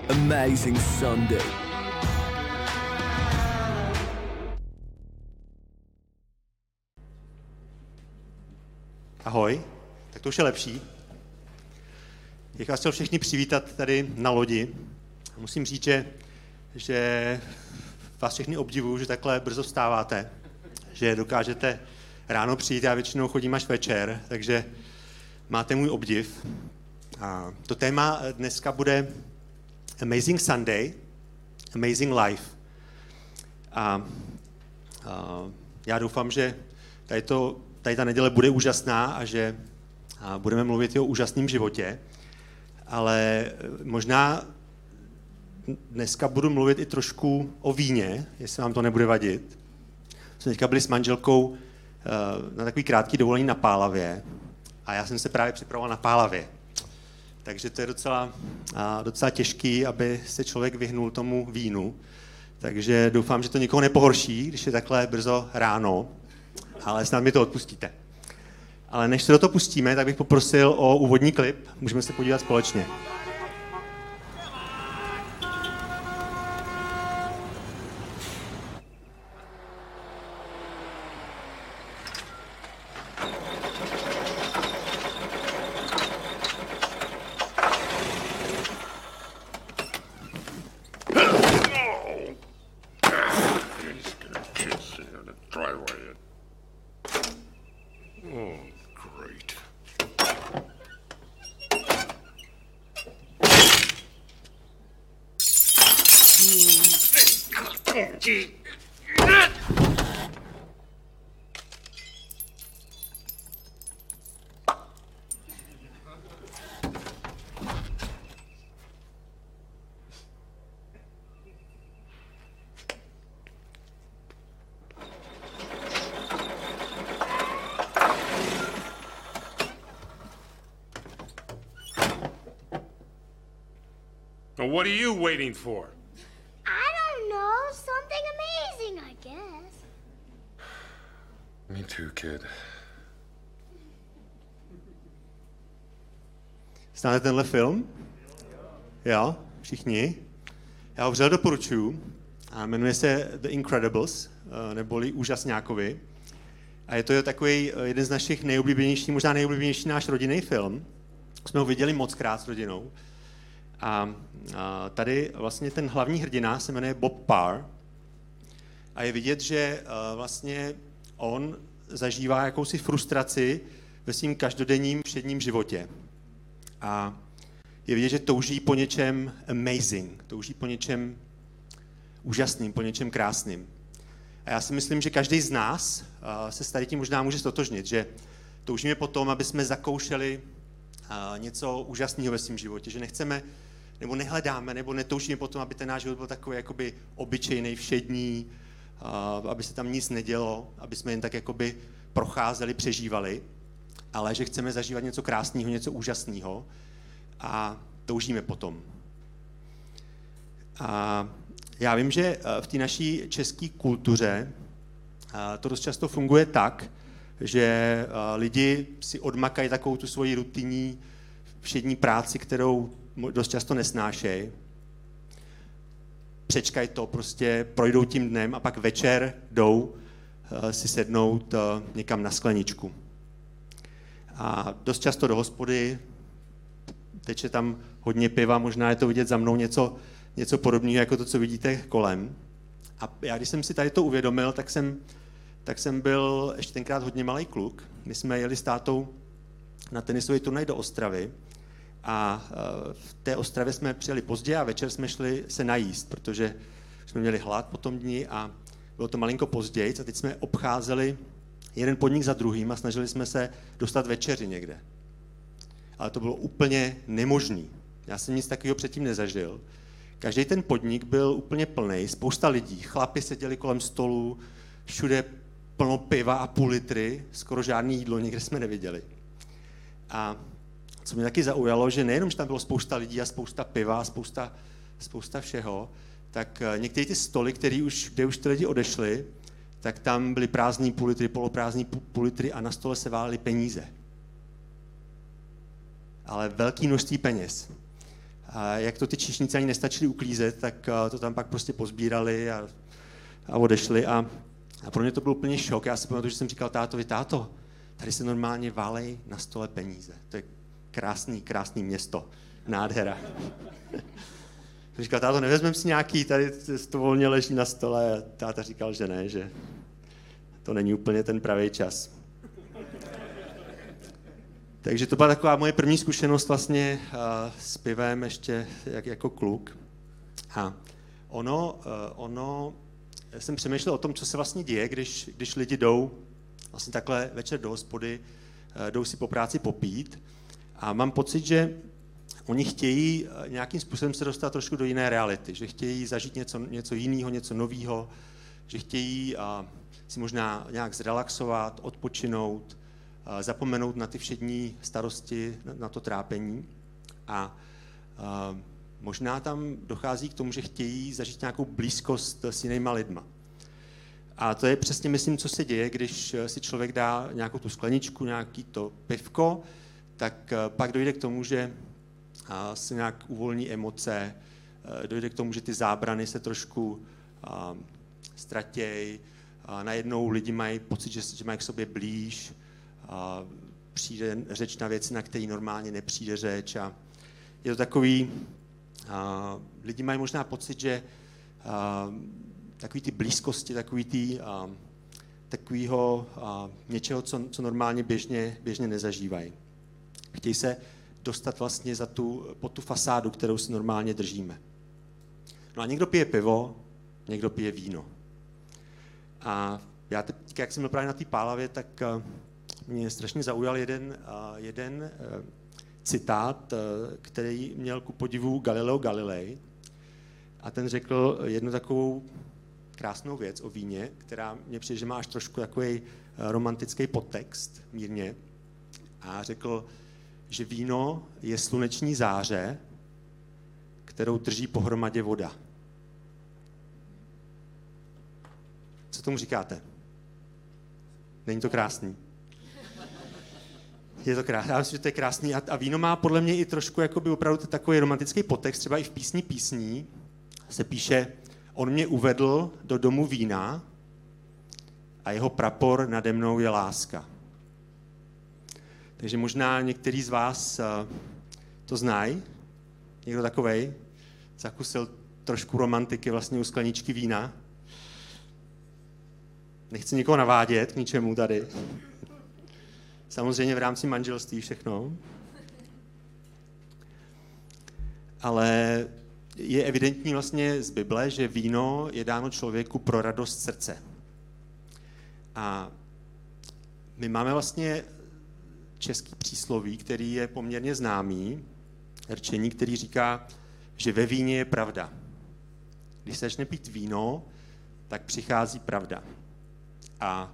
Amazing Sunday. Ahoj, tak to už je lepší. Bych vás chtěl všechny přivítat tady na lodi. Musím říct, že vás všechny obdivuju, že takhle brzo vstáváte, že dokážete ráno přijít, já většinou chodím až večer, takže máte můj obdiv. A to téma dneska bude Amazing Sunday, Amazing Life. A já doufám, že tady ta neděle bude úžasná a že budeme mluvit i o úžasném životě, ale možná dneska budu mluvit i trošku o víně, jestli vám to nebude vadit. Jsme teďka byli s manželkou na takový krátký dovolení na Pálavě a já jsem se právě připravoval na Pálavě. Takže to je docela těžký, aby se člověk vyhnul tomu vínu. Takže doufám, že to nikoho nepohorší, když je takhle brzo ráno, ale snad mi to odpustíte. Ale než se do toho pustíme, tak bych poprosil o úvodní klip. Můžeme se podívat společně. Well, what are you waiting for? I don't know. Something amazing, I guess. Me too, kid. Znáte tenhle film? Jo, všichni. Já ho vřele doporučuji. A jmenuje se The Incredibles, neboli Úžasňákovi. A je to takový jeden z našich nejoblíbenějších, možná nejoblíbenější náš rodinný film. Jsme ho viděli mockrát s rodinou. A tady vlastně ten hlavní hrdina se jmenuje Bob Parr a je vidět, že vlastně on zažívá jakousi frustraci ve svým každodenním všedním životě. A je vidět, že touží po něčem amazing, touží po něčem úžasným, po něčem krásným. A já si myslím, že každý z nás se s tady tím možná může stotožnit, že toužíme po tom, aby jsme zakoušeli něco úžasného ve svém životě, že nechceme, nebo nehledáme, nebo netoužíme po tom, aby ten náš život byl takový jakoby obyčejný, všední, aby se tam nic nedělo, aby jsme jen tak jakoby procházeli, přežívali, ale že chceme zažívat něco krásného, něco úžasného a toužíme po tom. A já vím, že v té naší české kultuře to dost často funguje tak, že lidi si odmakají takovou tu svoji rutinní všední práci, kterou dost často nesnášejí. Přečkají to, prostě projdou tím dnem a pak večer jdou si sednout někam na skleničku. A dost často do hospody, teče tam hodně piva, možná je to vidět za mnou něco podobného, jako to, co vidíte kolem. A já, když jsem si tady to uvědomil, tak jsem byl ještě tenkrát hodně malý kluk, kdy jsme jeli s tátou na tenisový turnaj do Ostravy a v té Ostravě jsme přijeli pozdě a večer jsme šli se najíst, protože jsme měli hlad po tom dni a bylo to malinko později a teď jsme obcházeli jeden podnik za druhým a snažili jsme se dostat večeři někde. Ale to bylo úplně nemožný. Já jsem nic takového předtím nezažil. Každý ten podnik byl úplně plný, spousta lidí, chlapi seděli kolem stolu, všude plno piva a půl litry, skoro žádný jídlo, nikde jsme neviděli. A co mě taky zaujalo, že nejenom, že tam bylo spousta lidí a spousta piva a spousta všeho, tak některé ty stoly, kde už ty lidi odešli, tak tam byly prázdný půl litry, poloprázdný půl litry a na stole se válely peníze. Ale velké množství peněz. A jak to ty číšníci ani nestačili uklízet, tak to tam pak prostě pozbírali a odešli. A pro mě to byl úplně šok. Já si pamatuju, že jsem říkal tátovi, táto, tady se normálně válej na stole peníze. To je krásný město. Nádhera. Jsem říkal, táto, nevezmeme si nějaký, tady to volně leží na stole. A táta říkal, že ne, že to není úplně ten pravý čas. Takže to byla taková moje první zkušenost vlastně s pivem ještě jako kluk. A jsem přemýšlel o tom, co se vlastně děje, když lidi jdou vlastně takhle večer do hospody, jdou si po práci popít. A mám pocit, že oni chtějí nějakým způsobem se dostat trošku do jiné reality, že chtějí zažít něco jiného, něco nového, že chtějí si možná nějak zrelaxovat, odpočinout, zapomenout na ty všední starosti, na to trápení. A možná tam dochází k tomu, že chtějí zažít nějakou blízkost s jinýma lidma. A to je přesně, myslím, co se děje, když si člověk dá nějakou tu skleničku, nějaký to pivko, tak pak dojde k tomu, že se nějak uvolní emoce, dojde k tomu, že ty zábrany se trošku ztratějí, najednou lidi mají pocit, že mají k sobě blíž, přijde řeč na věci, na které normálně nepřijde řeč a je to takový, lidi mají možná pocit, že takový ty blízkosti, takovýho něčeho, co normálně běžně nezažívají. Chtějí se dostat vlastně pod tu fasádu, kterou si normálně držíme. No a někdo pije pivo, někdo pije víno. A já teď, jak jsem byl právě na té Pálavě, tak mě strašně zaujal jeden citát, který měl ku podivu Galileo Galilei. A ten řekl jednu takovou krásnou věc o víně, která mě přijde, že má až trošku takový romantický podtext, mírně. A řekl, že víno je sluneční záře, kterou drží pohromadě voda. Co tomu říkáte? Není to krásný? Je to krásný, já myslím, že to je krásný. A víno má podle mě i trošku jakoby opravdu takový romantický podtext, třeba i v písni Písní se píše, on mě uvedl do domu vína a jeho prapor nade mnou je láska. Takže možná některý z vás to znají, někdo takovej, zakusil trošku romantiky vlastně u skleničky vína. Nechci nikoho navádět k ničemu tady. Samozřejmě v rámci manželství všechno. Ale je evidentní vlastně z Bible, že víno je dáno člověku pro radost srdce. A my máme vlastně český přísloví, který je poměrně známý, rčení, který říká, že ve víně je pravda. Když se začne pít víno, tak přichází pravda. A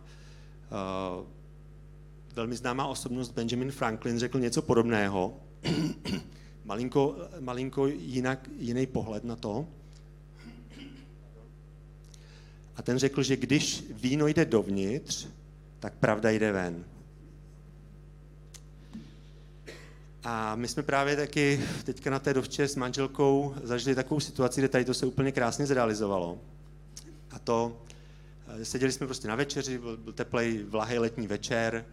velmi známá osobnost Benjamin Franklin řekl něco podobného. malinko jiný pohled na to. A ten řekl, že když víno jde dovnitř, tak pravda jde ven. A my jsme právě taky teďka na té dovče s manželkou zažili takovou situaci, kde tady to se úplně krásně zrealizovalo. A to, seděli jsme prostě na večeři, byl teplej, vlahý letní večer.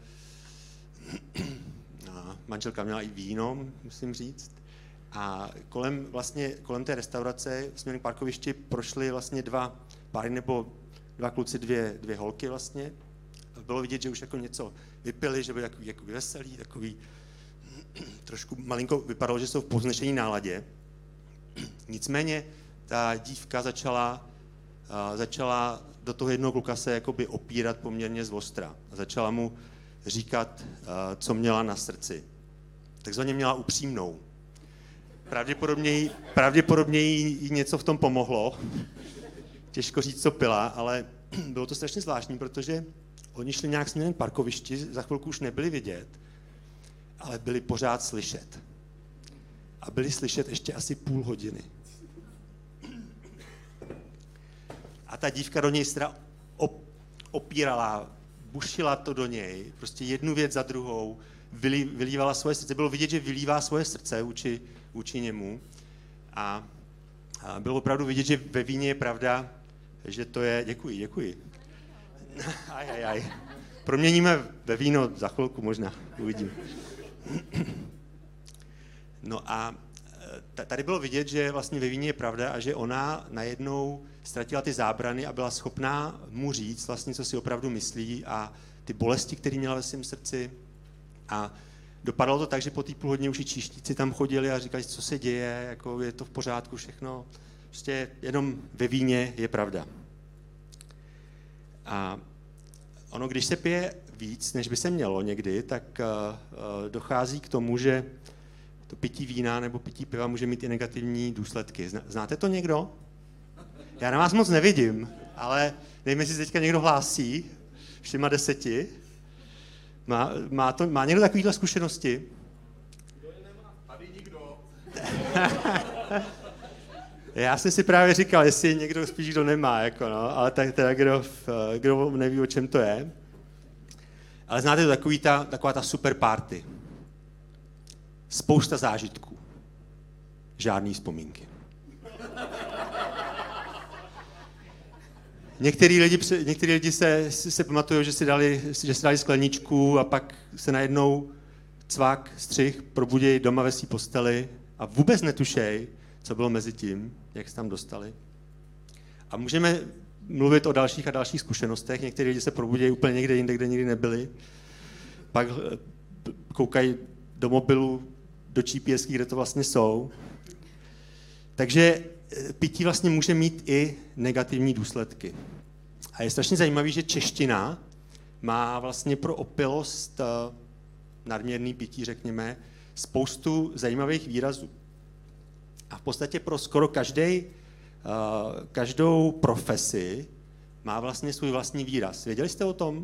A manželka měla i víno, musím říct. A kolem té restaurace směrem k parkovišti prošly vlastně dva páry nebo dva kluci, dvě holky vlastně. A bylo vidět, že už jako něco vypili, že byli jako veselí, takový trošku malinko vypadalo, že jsou v povznešení náladě. Nicméně ta dívka začala do toho jednoho kluka se jakoby opírat poměrně zvostra. A začala mu říkat, co měla na srdci. Takzvaně měla upřímnou. Pravděpodobně jí něco v tom pomohlo. Těžko říct, co pila, ale bylo to strašně zvláštní, protože oni šli nějak směrem k parkovišti, za chvilku už nebyli vidět, ale byli pořád slyšet. A byli slyšet ještě asi půl hodiny. A ta dívka do něj teda opírala, bušila to do něj, prostě jednu věc za druhou, vylívala svoje srdce. Bylo vidět, že vylívá svoje srdce vůči němu. A bylo opravdu vidět, že ve víně je pravda, že to je... Děkuji. Proměníme ve víno za chvilku možná, uvidím. No a tady bylo vidět, že vlastně ve víně je pravda a že ona najednou ztratila ty zábrany a byla schopná mu říct vlastně, co si opravdu myslí a ty bolesti, které měla ve svém srdci. A dopadlo to tak, že po té půl hodině už i číšníci tam chodili a říkali, co se děje, jako je to v pořádku všechno. Prostě jenom ve víně je pravda. A ono, když se pije víc, než by se mělo někdy, tak dochází k tomu, že to pití vína nebo pití piva může mít i negativní důsledky. Znáte to někdo? Já na vás moc nevidím, ale nevím, jestli se teďka někdo hlásí, všema 10. Má někdo takovýhle zkušenosti? Kdo je nemá? Tady nikdo. Já jsem si právě říkal, jestli někdo spíš kdo nemá, jako no, ale tak teda kdo neví, o čem to je. Ale znáte to taková ta super party. Spousta zážitků. Žádný vzpomínky. Některý lidi se pamatují, že si dali skleničku a pak se najednou cvak, střih, probudějí doma ve svý posteli a vůbec netušej, co bylo mezi tím, jak se tam dostali. A můžeme mluvit o dalších a dalších zkušenostech. Někteří lidi se probudějí úplně někde jinde, kde nikdy nebyli. Pak koukají do mobilu, do GPS, kde to vlastně jsou. Takže pití vlastně může mít i negativní důsledky. A je strašně zajímavý, že čeština má vlastně pro opilost, nadměrný pití, řekněme, spoustu zajímavých výrazů. A v podstatě pro skoro každou profesi má vlastně svůj vlastní výraz. Věděli jste o tom?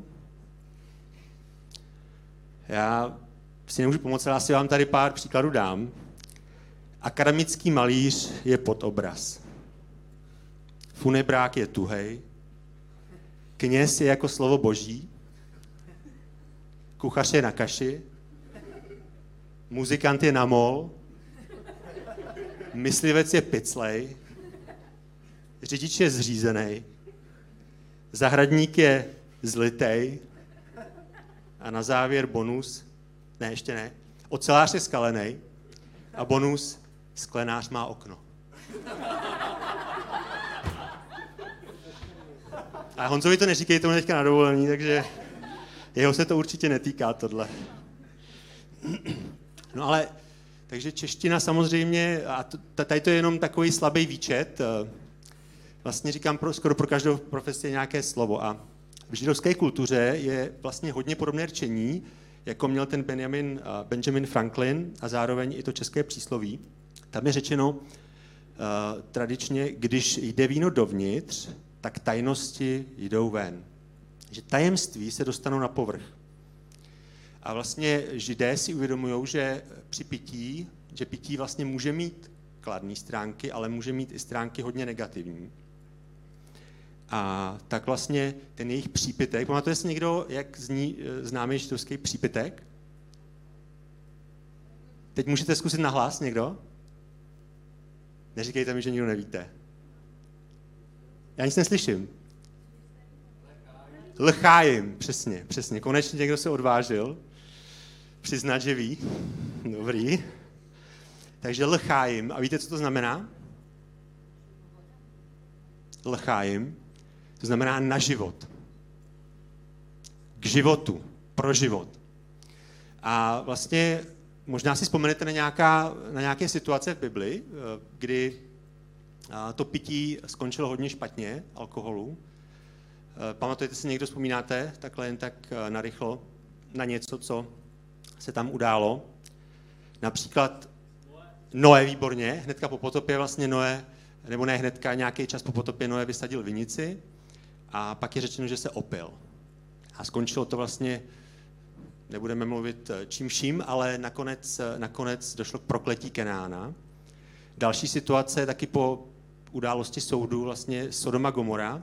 Já si nemůžu pomoct, ale asi vám tady pár příkladů dám. Akademický malíř je podobraz. Funebrák je tuhej. Kněz je jako slovo boží. Kuchař je na kaši. Muzikant je na mol. Myslivec je piclej. Řidič je zřízenej. Zahradník je zlitej. A na závěr bonus, ne, ještě ne, ocelář je skalenej. A bonus, sklenář má okno. A Honzovi to neříkej, tomu teďka na dovolení, takže jeho se to určitě netýká, tohle. No ale, takže čeština samozřejmě, a tady to je jenom takový slabý výčet, vlastně říkám, skoro pro každou profesi je nějaké slovo. A v židovské kultuře je vlastně hodně podobné rčení, jako měl ten Benjamin Franklin a zároveň i to české přísloví. Tam je řečeno tradičně, když jde víno dovnitř, tak tajnosti jdou ven. Že tajemství se dostanou na povrch. A vlastně Židé si uvědomují, že při pití, že pití vlastně může mít kladné stránky, ale může mít i stránky hodně negativní. A tak vlastně ten jejich přípitek, pamatuje si někdo, jak zní známý židovský přípitek? Teď můžete zkusit nahlas někdo? Neříkejte mi, že nikdo nevíte. Já nic neslyším. Lchájim, přesně. Konečně někdo se odvážil přiznat, že ví. Dobrý. Takže lchájim. A víte, co to znamená? Lchájim. To znamená na život. K životu. Pro život. A vlastně možná si vzpomenete na nějaké situace v Bibli, kdy to pití skončilo hodně špatně, alkoholu. Pamatujete si, někdo vzpomínáte takhle jen tak narychlo na něco, co se tam událo? Například Noé, výborně, hnedka po potopě vlastně Noé, nebo ne hnedka, nějaký čas po potopě Noé vysadil vinici a pak je řečeno, že se opil. A skončilo to vlastně, nebudeme mluvit čím vším, ale nakonec došlo k prokletí Kenána. Další situace taky po události soudu, vlastně Sodoma Gomora.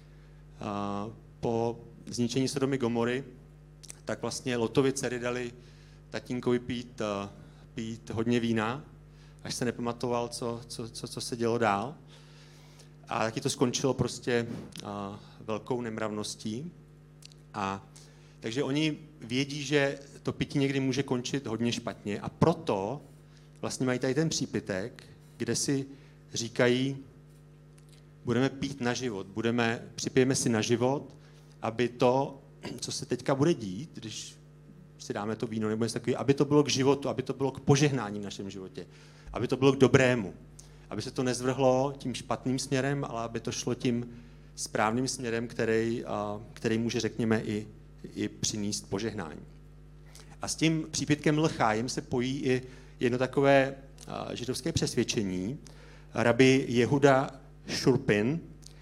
Po zničení Sodomy Gomory, tak vlastně Lotovy dcery dali tatínkovi pít hodně vína, až se nepamatoval, co se dělo dál. A taky to skončilo prostě velkou nemravností. Takže oni vědí, že to pití někdy může končit hodně špatně a proto vlastně mají tady ten přípitek, kde si říkají, budeme pít na život, připijeme si na život, aby to, co se teďka bude dít, když si dáme to víno nebo něco takového, aby to bylo k životu, aby to bylo k požehnání v našem životě, aby to bylo k dobrému, aby se to nezvrhlo tím špatným směrem, ale aby to šlo tím správným směrem, který může, řekněme, i přinést požehnání. A s tím přípitkem l'chaim se pojí i jedno takové židovské přesvědčení. Rabbi Jehuda Šurpin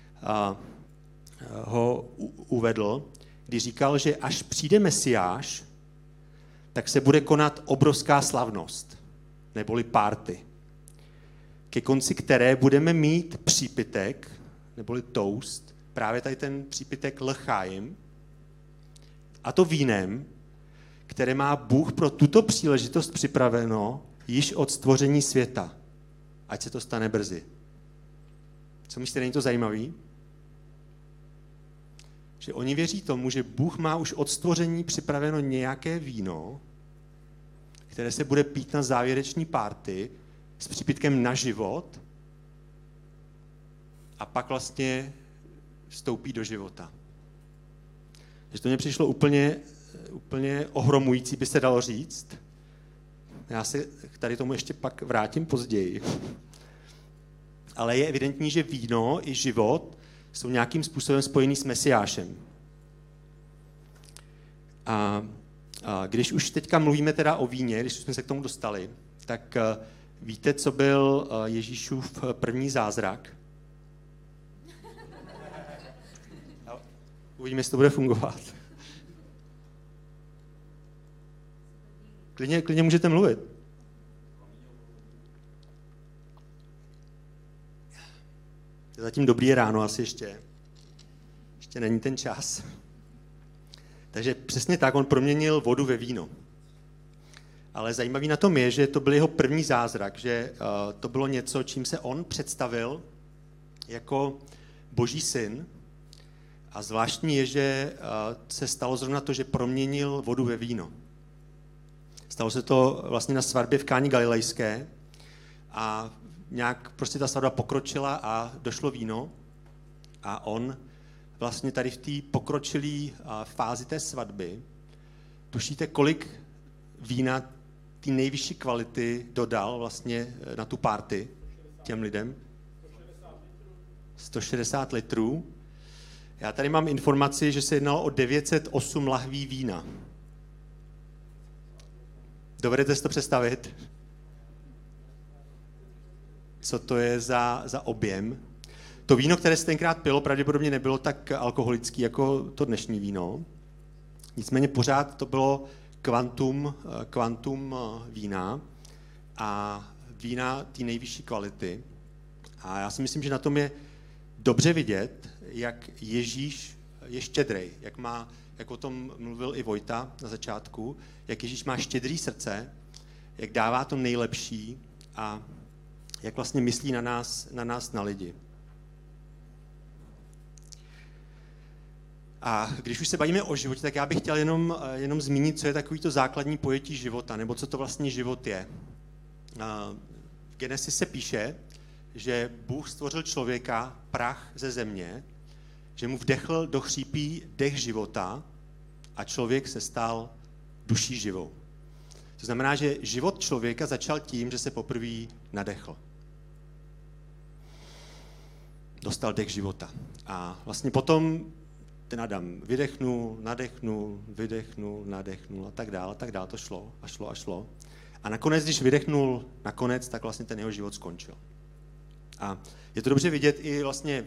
ho uvedl, když říkal, že až přijde Mesiáš, tak se bude konat obrovská slavnost, neboli party, ke konci které budeme mít přípitek, neboli toast, právě tady ten přípitek l'chaim, a to vínem, které má Bůh pro tuto příležitost připraveno již od stvoření světa. Ať se to stane brzy. Co myslíte, není to zajímavý? Že oni věří tomu, že Bůh má už od stvoření připraveno nějaké víno, které se bude pít na závěreční party s přípitkem na život a pak vlastně vstoupí do života. Takže to mně přišlo úplně ohromující, by se dalo říct. Já se tady tomu ještě pak vrátím později. Ale je evidentní, že víno i život jsou nějakým způsobem spojený s Mesiášem. A když už teďka mluvíme teda o víně, když jsme se k tomu dostali, tak víte, co byl Ježíšův první zázrak? Uvidíme, jestli to bude fungovat. Klidně můžete mluvit. Je zatím dobrý ráno asi ještě. Ještě není ten čas. Takže přesně tak, on proměnil vodu ve víno. Ale zajímavý na tom je, že to byl jeho první zázrak, že to bylo něco, čím se on představil jako Boží syn. A zvláštní je, že se stalo zrovna to, že proměnil vodu ve víno. Stalo se to vlastně na svatbě v Káni Galilejské a nějak prostě ta svatba pokročila a došlo víno a on vlastně tady v té pokročilé fázi té svatby, tušíte, kolik vína té nejvyšší kvality dodal vlastně na tu party těm lidem? 160 litrů. Já tady mám informaci, že se jednalo o 908 lahví vína. Dovedete si to představit? Co to je za objem? To víno, které se tenkrát pilo, pravděpodobně nebylo tak alkoholický jako to dnešní víno. Nicméně pořád to bylo kvantum vína a vína té nejvyšší kvality. A já si myslím, že na tom je dobře vidět, jak Ježíš je štědrej, jak o tom mluvil i Vojta na začátku, jak Ježíš má štědrý srdce, jak dává to nejlepší a jak vlastně myslí na nás, na lidi. A když už se bavíme o životě, tak já bych chtěl jenom zmínit, co je takový to základní pojetí života, nebo co to vlastně život je. V Genesis se píše, že Bůh stvořil člověka, prach ze země, že mu vdechl do chřípí dech života a člověk se stal duší živou. To znamená, že život člověka začal tím, že se poprvé nadechl. Dostal dech života. A vlastně potom ten Adam vydechnul, nadechnul, vydechnul, nadechnul a tak dále. To šlo a šlo a šlo. A nakonec, když vydechnul nakonec, tak vlastně ten jeho život skončil. A je to dobře vidět i vlastně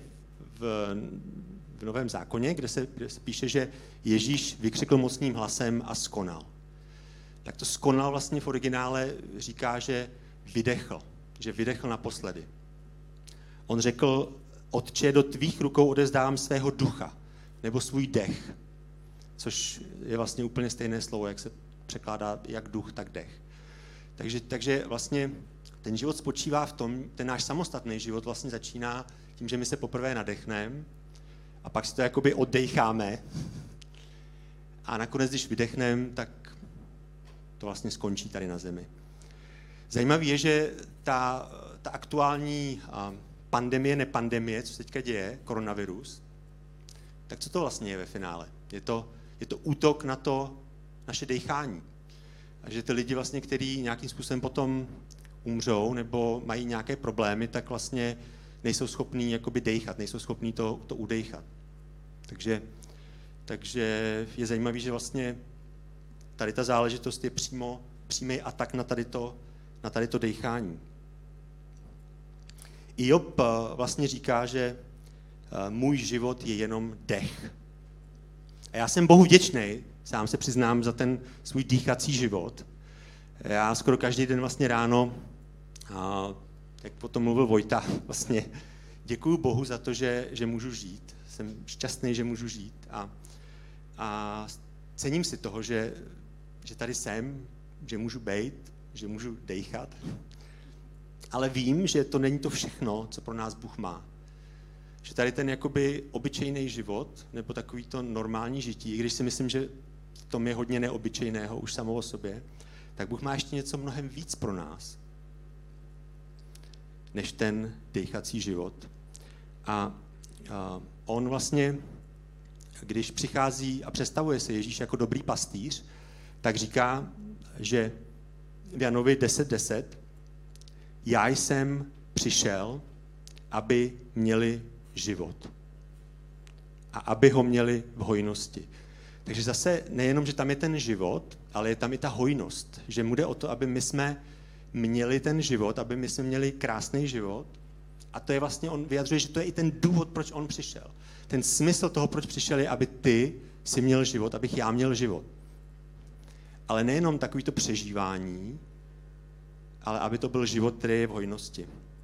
v Novém zákoně, kde se píše, že Ježíš vykřikl mocným hlasem a skonal. Tak to skonal vlastně v originále říká, že vydechl naposledy. On řekl, Otče, do tvých rukou odevzdávám svého ducha, nebo svůj dech, což je vlastně úplně stejné slovo, jak se překládá jak duch, tak dech. Takže vlastně ten život spočívá v tom, ten náš samostatný život vlastně začíná tím, že my se poprvé nadechneme a pak si to jakoby oddejcháme a nakonec, když vydechneme, tak to vlastně skončí tady na zemi. Zajímavé je, že ta aktuální pandemie, nepandemie, co se teďka děje, koronavirus, tak co to vlastně je ve finále? Je to útok na to naše dejchání. A že ty lidi vlastně, kteří nějakým způsobem potom umřou nebo mají nějaké problémy, tak vlastně nejsou schopní jakoby dejchat, nejsou schopní to udejchat. Takže je zajímavé, že vlastně tady ta záležitost je přímý atak na tady to dejchání. I Job vlastně říká, že můj život je jenom dech. A já jsem Bohu vděčný, sám se přiznám, za ten svůj dýchací život. Já skoro každý den vlastně ráno, jak potom mluvil Vojta, vlastně děkuju Bohu za to, že můžu žít. Jsem šťastný, že můžu žít a cením si toho, že tady jsem, že můžu bejt, že můžu dejchat. Ale vím, že to není to všechno, co pro nás Bůh má. Že tady ten jakoby obyčejný život, nebo takový to normální žití, i když si myslím, že v tom je hodně neobyčejného už samo o sobě, tak Bůh má ještě něco mnohem víc pro nás, než ten dejchací život. A on vlastně, když přichází a představuje se Ježíš jako dobrý pastýř, tak říká, že v Janovi 10:10 já jsem přišel, aby měli život. A aby ho měli v hojnosti. Takže zase nejenom, že tam je ten život, ale je tam i ta hojnost. Že mu jde o to, aby my jsme měli ten život, aby my jsme měli krásný život. A to je vlastně, on vyjadřuje, že to je i ten důvod, proč on přišel. Ten smysl toho, proč přišel, je, aby ty si měl život, abych já měl život. Ale nejenom takovýto přežívání, ale aby to byl život, který je v hojnosti.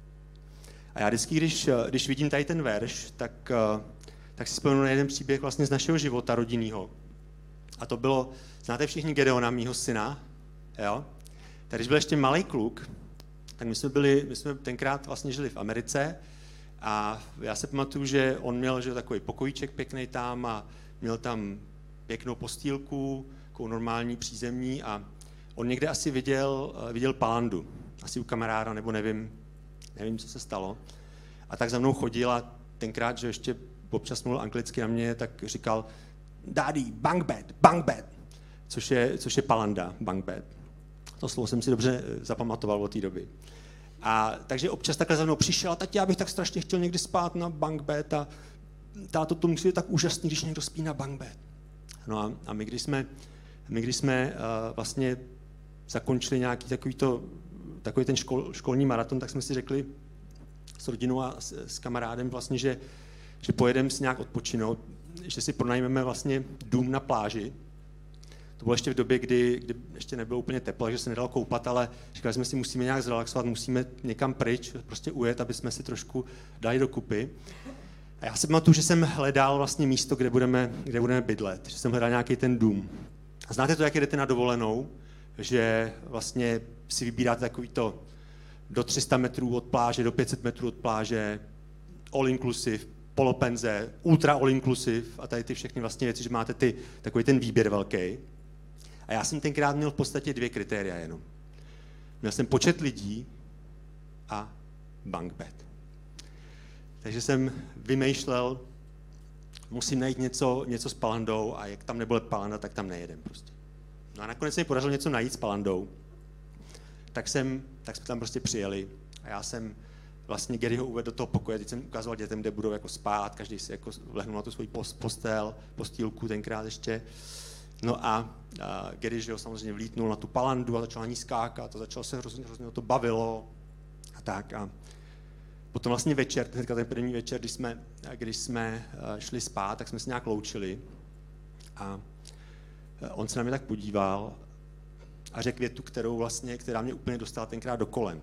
A já vždycky, když vidím tady ten verš, tak si vzpomenu na jeden příběh vlastně z našeho života rodinného. A to bylo, znáte všichni Gedeona, mýho syna, jo? Tak když byl ještě malý kluk, tak my jsme tenkrát vlastně žili v Americe a já se pamatuju, že on měl takový pokojíček pěkný tam a měl tam pěknou postýlku, takovou normální přízemní a on někde asi viděl palandu, asi u kamaráda, nebo nevím, co se stalo. A tak za mnou chodil a tenkrát, že ještě občas mluvil anglicky na mě, tak říkal Daddy, bunk bed, což je palanda, bunk bed. To slovo jsem si dobře zapamatoval od té doby. A takže občas takhle za mnou přišel a tati, já bych tak strašně chtěl někdy spát na bunk bed a táto, to musí být tak úžasný, když někdo spí na bunk bed. No a my když jsme vlastně zakončili nějaký takový ten školní maraton, tak jsme si řekli s rodinou a s kamarádem vlastně, že pojedeme si nějak odpočinout, že si pronajmeme vlastně dům na pláži. To bylo ještě v době, kdy ještě nebylo úplně teplo, že se nedalo koupat, ale říkali jsme si, musíme nějak zrelaxovat, musíme někam pryč, prostě ujet, aby jsme si trošku dali dokupy. A já si pamatuju, že jsem hledal vlastně místo, kde budeme bydlet, že jsem hledal nějaký ten dům. A znáte to, jak jdete na dovolenou, že vlastně si vybíráte takovýto do 300 metrů od pláže, do 500 metrů od pláže, all inclusive, polopenze, ultra all inclusive a tady ty všechny vlastně věci, že máte takový ten výběr velký. A já jsem tenkrát měl v podstatě 2 kritéria jenom. Měl jsem počet lidí a bunk bed. Takže jsem vymýšlel, musím najít něco s palandou a jak tam nebude palanda, tak tam nejedem prostě. No a nakonec se mi podařilo něco najít s palandou. Tak jsme tam prostě přijeli a já jsem vlastně Garyho uvedl do toho pokoje, teď jsem ukazoval dětem, kde budou jako spát, každý si jako vlehnul na tu svoji postýlku tenkrát ještě. No a Gary, že jo, samozřejmě vlítnul na tu palandu a začal na ní skákat a začal se hrozně to bavilo a tak. A potom vlastně večer, ten první večer, když jsme šli spát, tak jsme se nějak loučili a on se na mě tak podíval a řekl větu, která mě úplně dostala tenkrát do kolen.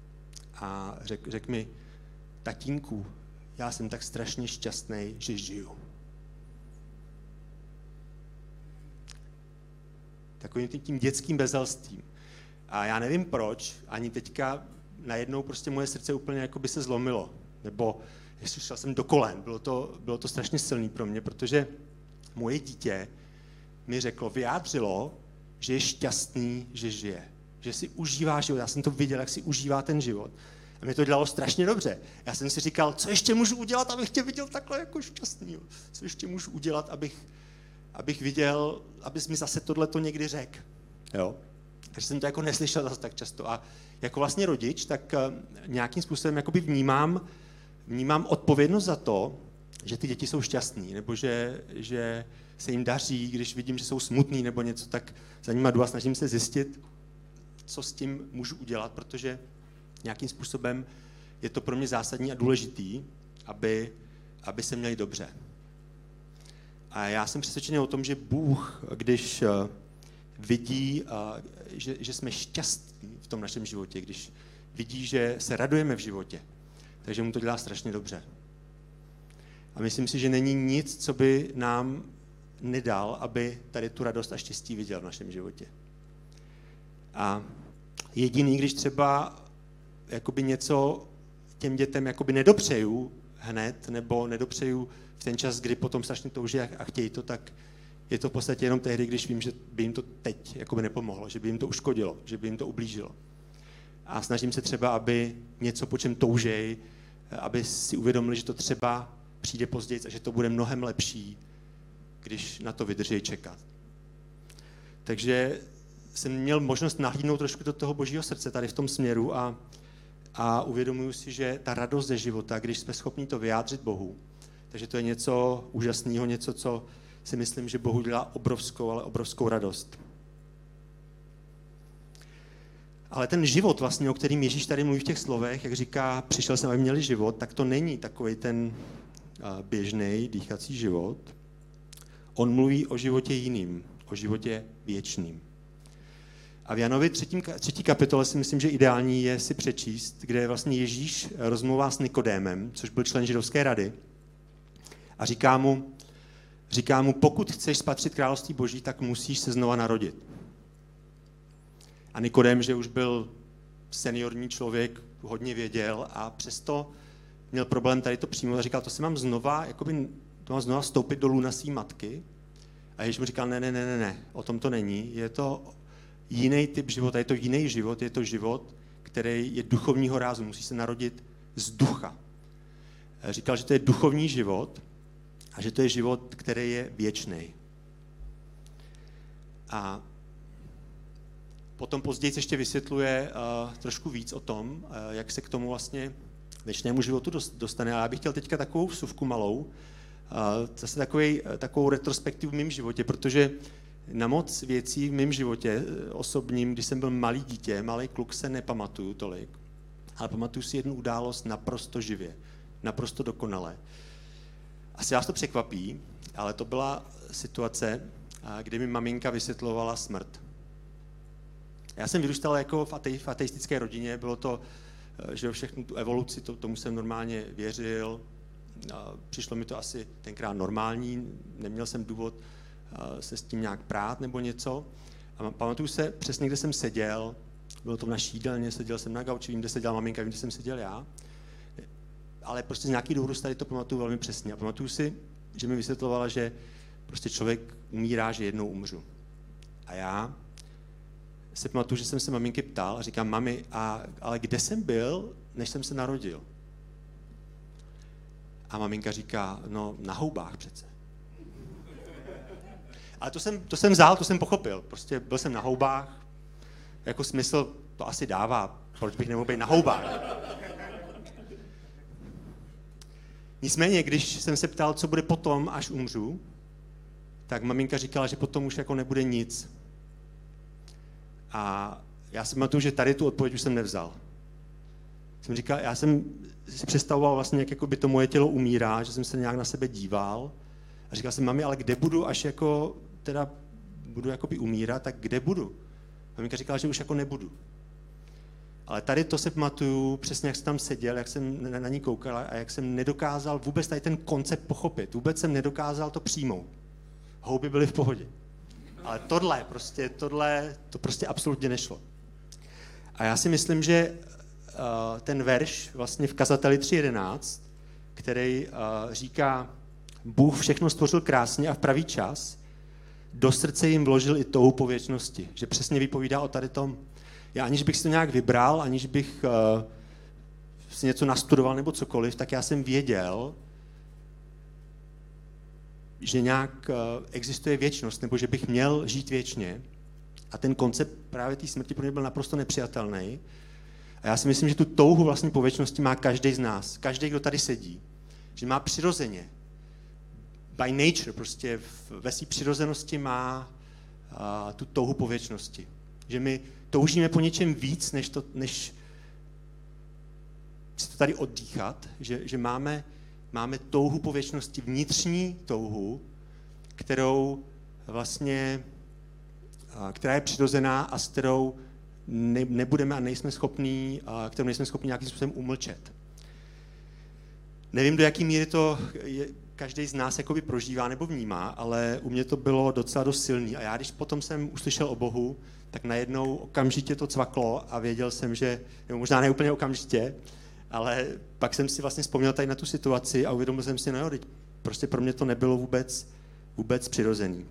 A řekl mi, tatínku, já jsem tak strašně šťastný, že žiju. Takovým tím dětským bezelstvím. A já nevím proč, ani teďka najednou prostě moje srdce úplně jako by se zlomilo. Nebo ještě šel jsem do kolen. Bylo to strašně silný pro mě, protože moje dítě mi vyjádřilo, že je šťastný, že žije. Že si užívá život. Já jsem to viděl, jak si užívá ten život. A mě to dělalo strašně dobře. Já jsem si říkal, co ještě můžu udělat, abych tě viděl takhle jako šťastný. Co ještě můžu udělat, abych viděl, abys mi zase tohleto někdy řekl. Jo? Takže jsem to jako neslyšel zase tak často. A jako vlastně rodič, tak nějakým způsobem jakoby vnímám odpovědnost za to, že ty děti jsou šťastný, nebo že se jim daří, když vidím, že jsou smutný nebo něco, tak za nima jdu a snažím se zjistit, co s tím můžu udělat, protože nějakým způsobem je to pro mě zásadní a důležitý, aby se měli dobře. A já jsem přesvědčený o tom, že Bůh, když vidí, že jsme šťastní v tom našem životě, když vidí, že se radujeme v životě, takže mu to dělá strašně dobře. A myslím si, že není nic, co by nám nedal, aby tady tu radost a štěstí viděl v našem životě. A jediný, když třeba jakoby něco těm dětem jakoby nedopřeju hned, nebo nedopřeju v ten čas, kdy potom strašně touží a chtějí to, tak je to v podstatě jenom tehdy, když vím, že by jim to teď jakoby nepomohlo, že by jim to uškodilo, že by jim to ublížilo. A snažím se třeba, aby něco, po čem toužej, aby si uvědomili, že to třeba přijde později a že to bude mnohem lepší, když na to vydrží čekat. Takže jsem měl možnost nahlídnout trošku do toho Božího srdce tady v tom směru a uvědomuji si, že ta radost ze života, když jsme schopni to vyjádřit Bohu, takže to je něco úžasného, něco, co si myslím, že Bohu dělá obrovskou radost. Ale ten život vlastně, o kterým Ježíš tady mluví v těch slovech, jak říká, přišel jsem, aby měli život, tak to není takový ten běžný dýchací život. On mluví o životě jiným, o životě věčným. A v Janovi 3. kapitole si myslím, že ideální je si přečíst, kde vlastně Ježíš rozmluvá s Nikodémem, což byl člen židovské rady, a říká mu, pokud chceš spatřit království Boží, tak musíš se znova narodit. A Nikodém, že už byl seniorní člověk, hodně věděl a přesto měl problém tady to přijmout a říkal, to mám znova vstoupit dolů na svý matky. A Ježíš mu říkal, ne, o tom to není, je to jiný typ života, je to jiný život, je to život, který je duchovního rázu, musí se narodit z ducha. Říkal, že to je duchovní život a že to je život, který je věčný. A potom později ještě vysvětluje trošku víc o tom, jak se k tomu vlastně věčnému životu dostane. A já bych chtěl teďka takovou vsuvku malou, zase takovou retrospektivu v mém životě, protože na moc věcí v mém životě osobním, když jsem byl malý dítě, malý kluk, se nepamatuju tolik, ale pamatuju si jednu událost naprosto živě, naprosto dokonale. Asi vás to překvapí, ale to byla situace, kdy mi maminka vysvětlovala smrt. Já jsem vyrůstal jako v ateistické rodině, bylo to, že všechnu tu evoluci, tomu jsem normálně věřil, přišlo mi to asi tenkrát normální, neměl jsem důvod se s tím nějak prát nebo něco. A pamatuju se přesně, kde jsem seděl, bylo to v naší jídelně, seděl jsem na gauči, vím, kde seděla maminka, vím, kde jsem seděl já, ale prostě z nějaký důvodu tady to pamatuju velmi přesně. A pamatuju si, že mi vysvětlovala, že prostě člověk umírá, že jednou umřu. A já se pamatuju, že jsem se maminky ptal a říkám, mami, ale kde jsem byl, než jsem se narodil? A maminka říká, no na houbách přece. Ale to jsem vzal, to jsem pochopil. Prostě byl jsem na houbách, jako smysl to asi dává, proč bych nemohl být na houbách. Nicméně, když jsem se ptal, co bude potom, až umřu, tak maminka říkala, že potom už jako nebude nic. A já si pamatuju, že tady tu odpověď už jsem nevzal. Jsem říkal, já jsem si představoval vlastně, jak jako by to moje tělo umírá, že jsem se nějak na sebe díval a říkal jsem, mami, ale kde budu, až jako teda budu jakoby umírat, tak kde budu? Maminka říkala, že už jako nebudu. Ale tady to se pamatuju, přesně jak jsem tam seděl, jak jsem na ní koukal a jak jsem nedokázal vůbec tady ten koncept pochopit. Vůbec jsem nedokázal to přijmout. Houby byly v pohodě. Ale tohle to prostě absolutně nešlo. A já si myslím, že ten verš vlastně v Kazateli 3.11, který říká, Bůh všechno stvořil krásně a v pravý čas, do srdce jim vložil i touhu po věčnosti. Že přesně vypovídá o tady tom. Já aniž bych si to nějak vybral, aniž bych si něco nastudoval nebo cokoliv, tak já jsem věděl, že nějak existuje věčnost, nebo že bych měl žít věčně. A ten koncept právě té smrti pro mě byl naprosto nepřijatelný. A já si myslím, že tu touhu vlastně po věčnosti má každý z nás. Každý, kdo tady sedí. Že má přirozeně. By nature, prostě ve své přirozenosti má tu touhu po věčnosti. Že my toužíme po něčem víc, než si to tady oddýchat. Že máme touhu po věčnosti, vnitřní touhu, která je přirozená a s kterou nebudeme a nejsme schopní, kterou nejsme schopni nějakým způsobem umlčet. Nevím, do jaký míry to každý z nás jakoby prožívá nebo vnímá, ale u mě to bylo docela dost silný. A já, když potom jsem uslyšel o Bohu, tak najednou okamžitě to cvaklo a věděl jsem, že, nebo možná ne úplně okamžitě, ale pak jsem si vlastně vzpomněl tady na tu situaci a uvědomil jsem si, no jo, prostě pro mě to nebylo vůbec přirozený.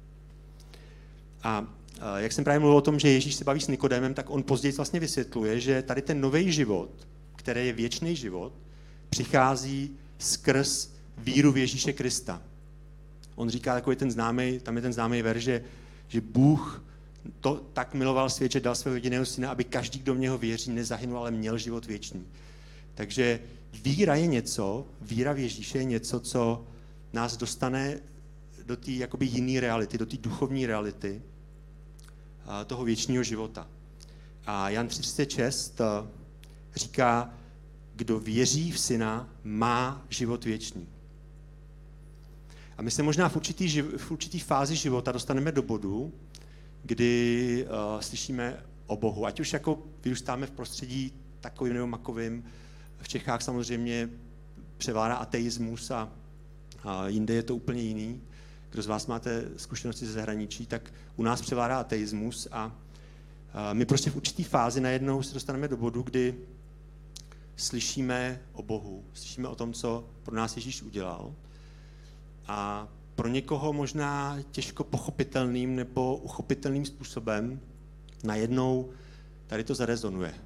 A jak jsem právě mluvil o tom, že Ježíš se baví s Nikodémem, tak on později vlastně vysvětluje, že tady ten nový život, který je věčný život, přichází skrz víru v Ježíše Krista. On říká takový ten známý, tam je ten známý verš, že Bůh to tak miloval svět, že dal svého jediného syna, aby každý, kdo v něho věří, nezahynul, ale měl život věčný. Takže víra je něco, víra v Ježíše je něco, co nás dostane do té jakoby jiné reality, do té duchovní reality toho věčného života. A Jan 3.36 říká, kdo věří v syna, má život věčný. A my se možná v určitý fázi života dostaneme do bodu, kdy slyšíme o Bohu. Ať už jako vyrůstáme v prostředí takovým nebo makovým, v Čechách samozřejmě převládá ateismus a jinde je to úplně jiný. Kdo z vás máte zkušenosti ze zahraničí, tak u nás převládá ateismus a my prostě v určitý fázi najednou se dostaneme do bodu, kdy slyšíme o Bohu, slyšíme o tom, co pro nás Ježíš udělal. A pro někoho možná těžko pochopitelným nebo uchopitelným způsobem najednou tady to zarezonuje.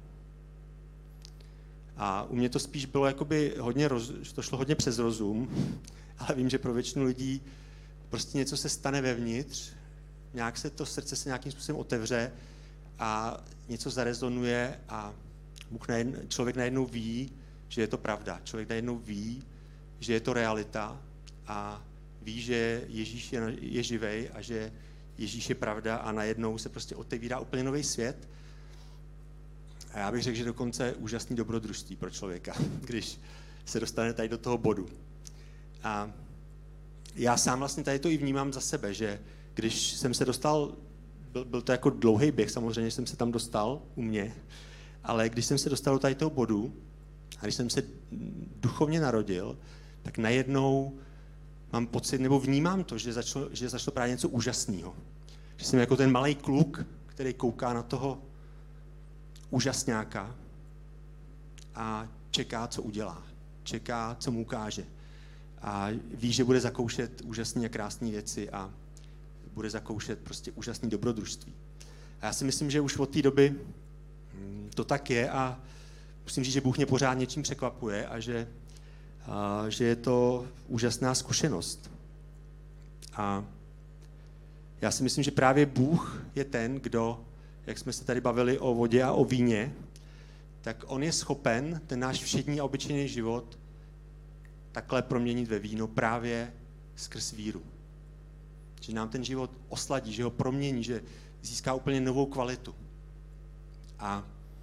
A u mě to spíš bylo jakoby to šlo hodně přes rozum, ale vím, že pro většinu lidí prostě něco se stane vevnitř, nějak se to srdce se nějakým způsobem otevře a něco zarezonuje a člověk najednou ví, že je to pravda. Člověk najednou ví, že je to realita a ví, že Ježíš je živej a že Ježíš je pravda a najednou se prostě otevírá úplně nový svět. A já bych řekl, že dokonce úžasný dobrodružství pro člověka, když se dostane tady do toho bodu. A já sám vlastně tady to i vnímám za sebe, že když jsem se dostal, byl to jako dlouhý běh, samozřejmě jsem se tam dostal u mě, ale když jsem se dostal do tady toho bodu a když jsem se duchovně narodil, tak najednou mám pocit, nebo vnímám to, že začalo právě něco úžasného. Že jsem jako ten malej kluk, který kouká na toho úžasňáka a čeká, co udělá. Čeká, co mu ukáže. A ví, že bude zakoušet úžasné a krásné věci a bude zakoušet prostě úžasné dobrodružství. A já si myslím, že už od té doby to tak je a musím říct, že Bůh mě pořád něčím překvapuje a že je to úžasná zkušenost. A já si myslím, že právě Bůh je ten, kdo, jak jsme se tady bavili o vodě a o víně, tak on je schopen ten náš všední a obyčejný život takhle proměnit ve víno právě skrz víru. Že nám ten život osladí, že ho promění, že získá úplně novou kvalitu. A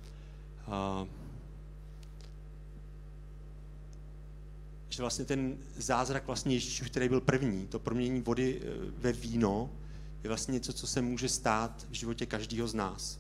že vlastně ten zázrak vlastně Ježíšův, který byl první, to proměnění vody ve víno, je vlastně něco, co se může stát v životě každého z nás.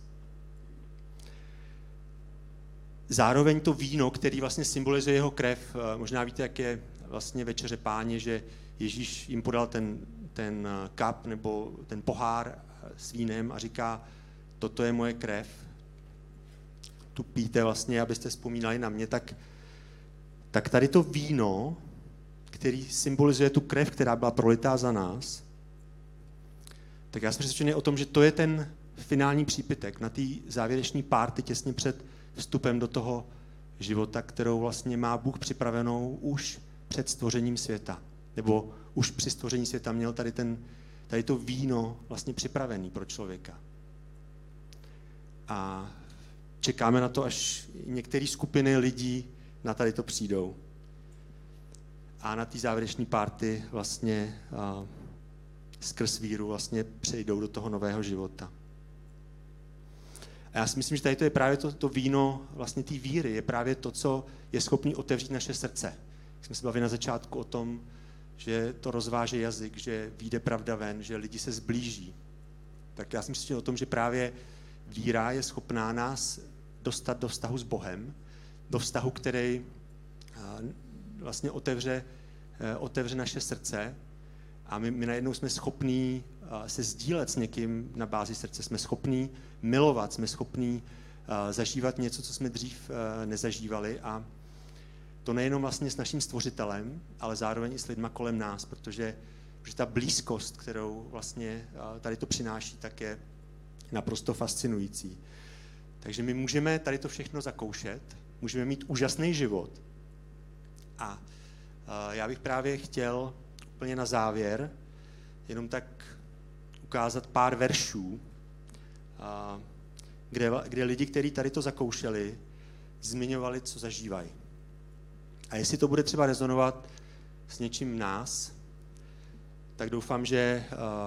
Zároveň to víno, který vlastně symbolizuje jeho krev, možná víte, jak je vlastně večeře Páně, že Ježíš jim podal ten kap nebo ten pohár s vínem a říká, toto je moje krev, tu píte vlastně, abyste vzpomínali na mě, tak tady to víno, který symbolizuje tu krev, která byla prolitá za nás, tak já jsem přesvědčený o tom, že to je ten finální přípitek na té závěrečné párty těsně před vstupem do toho života, kterou vlastně má Bůh připravenou už před stvořením světa. Nebo už při stvoření světa měl tady to víno vlastně připravený pro člověka. A čekáme na to, až některé skupiny lidí na tady to přijdou. A na té závěrečné párty vlastně skrz víru vlastně přejdou do toho nového života. A já si myslím, že tady to je právě to víno vlastně té víry, je právě to, co je schopný otevřít naše srdce. Jak jsme se bavili na začátku o tom, že to rozváže jazyk, že vyjde pravda ven, že lidi se zblíží. Tak já si myslím o tom, že právě víra je schopná nás dostat do vztahu s Bohem, do vztahu, který vlastně otevře naše srdce a my najednou jsme schopní se sdílet s někým na bázi srdce, jsme schopní milovat, jsme schopní zažívat něco, co jsme dřív nezažívali a to nejenom vlastně s naším stvořitelem, ale zároveň i s lidma kolem nás, protože ta blízkost, kterou vlastně tady to přináší, tak je naprosto fascinující. Takže my můžeme tady to všechno zakoušet, můžeme mít úžasný život. A já bych právě chtěl úplně na závěr jenom tak ukázat pár veršů, kde lidi, kteří tady to zakoušeli, zmiňovali, co zažívají. A jestli to bude třeba rezonovat s něčím nás, tak doufám, že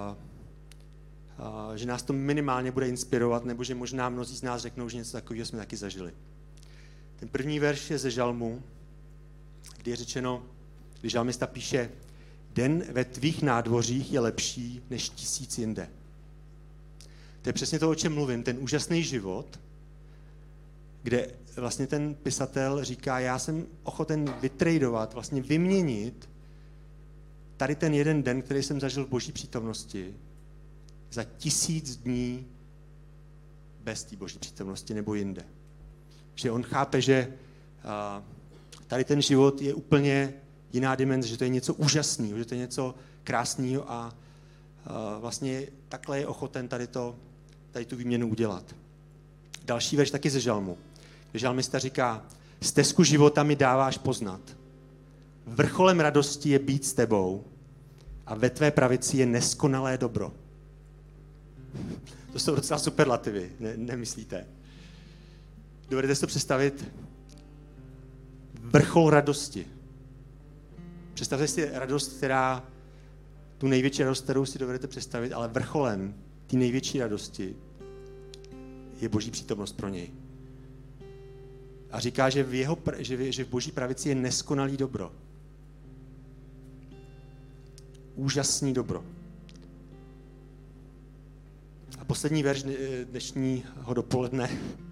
nás to minimálně bude inspirovat, nebo že možná mnozí z nás řeknou, že něco takového jsme taky zažili. Ten první verš je ze Žalmu, kdy je řečeno, kdy žalmista píše, den ve tvých nádvořích je lepší než 1000 jinde. To je přesně to, o čem mluvím, ten úžasný život, kde vlastně ten pisatel říká, já jsem ochoten vytradovat, vlastně vyměnit tady ten jeden den, který jsem zažil v Boží přítomnosti, za 1000 dní bez té Boží přítomnosti nebo jinde. Že on chápe, že tady ten život je úplně jiná dimenze, že to je něco úžasného, že to je něco krásného a vlastně takhle je ochoten tady tu výměnu udělat. Další verš taky ze Žalmu, kde žalmista říká, stezku života mi dáváš poznat. Vrcholem radosti je být s tebou a ve tvé pravici je neskonalé dobro. To jsou docela superlativy, nemyslíte? Dovedete si to představit? Vrchol radosti. Představte si radost, tu největší radost, kterou si dovedete představit, ale vrcholem té největší radosti je Boží přítomnost pro něj. A říká, že v Boží pravici je neskonalý dobro. Úžasný dobro. A poslední verš dnešního dopoledne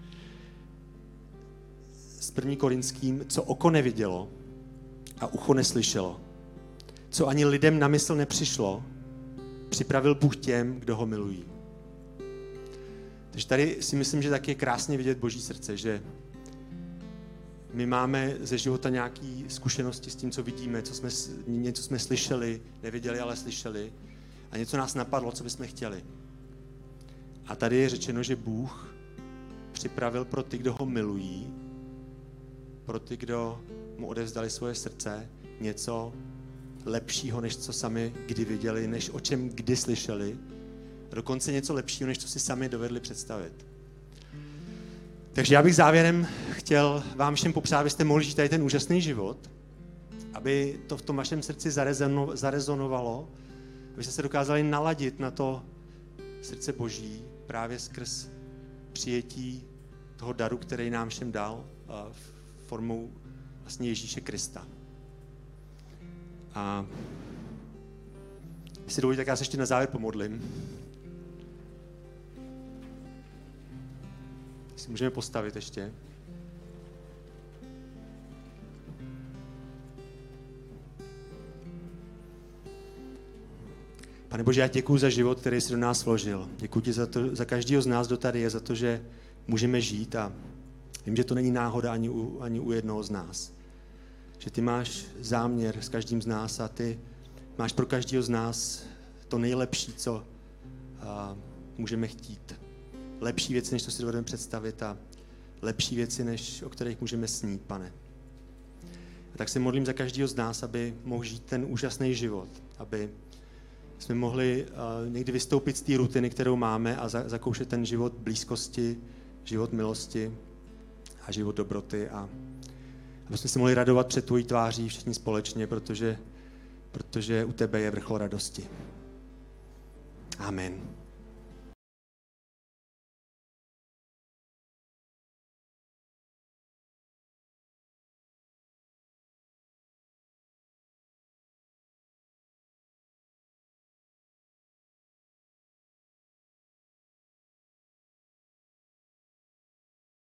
s 1. Korinským, co oko nevidělo a ucho neslyšelo, co ani lidem na mysl nepřišlo, připravil Bůh těm, kdo ho milují. Takže tady si myslím, že taky je krásně vidět Boží srdce, že my máme ze života nějaké zkušenosti s tím, co vidíme, něco jsme slyšeli, neviděli, ale slyšeli a něco nás napadlo, co bychom chtěli. A tady je řečeno, že Bůh připravil pro ty, kdo ho milují, pro ty, kdo mu odevzdali svoje srdce, něco lepšího, než co sami kdy viděli, než o čem kdy slyšeli, a dokonce něco lepšího, než co si sami dovedli představit. Takže já bych závěrem chtěl vám všem popřát, abyste mohli žít tady ten úžasný život, aby to v tom vašem srdci zarezonovalo, abyste se dokázali naladit na to srdce Boží právě skrz přijetí toho daru, který nám všem dal formou vlastně Ježíše Krista. A jestli dovolíte, tak já se ještě na závěr pomodlím. Si můžeme postavit ještě. Pane Bože, já děkuji za život, který jsi do nás vložil. Děkuji ti za každého z nás, kdo tady je, za to, že můžeme žít a Vím, že to není náhoda ani u jednoho z nás. Že ty máš záměr s každým z nás a ty máš pro každého z nás to nejlepší, co můžeme chtít. Lepší věci, než to si dovedeme představit a lepší věci, než o kterých můžeme snít, Pane. A tak se modlím za každého z nás, aby mohl žít ten úžasný život, aby jsme mohli někdy vystoupit z té rutiny, kterou máme a zakoušet ten život blízkosti, život milosti a život dobroty a aby jsme se mohli radovat před tvojí tváří všichni společně, protože u tebe je vrchol radosti. Amen.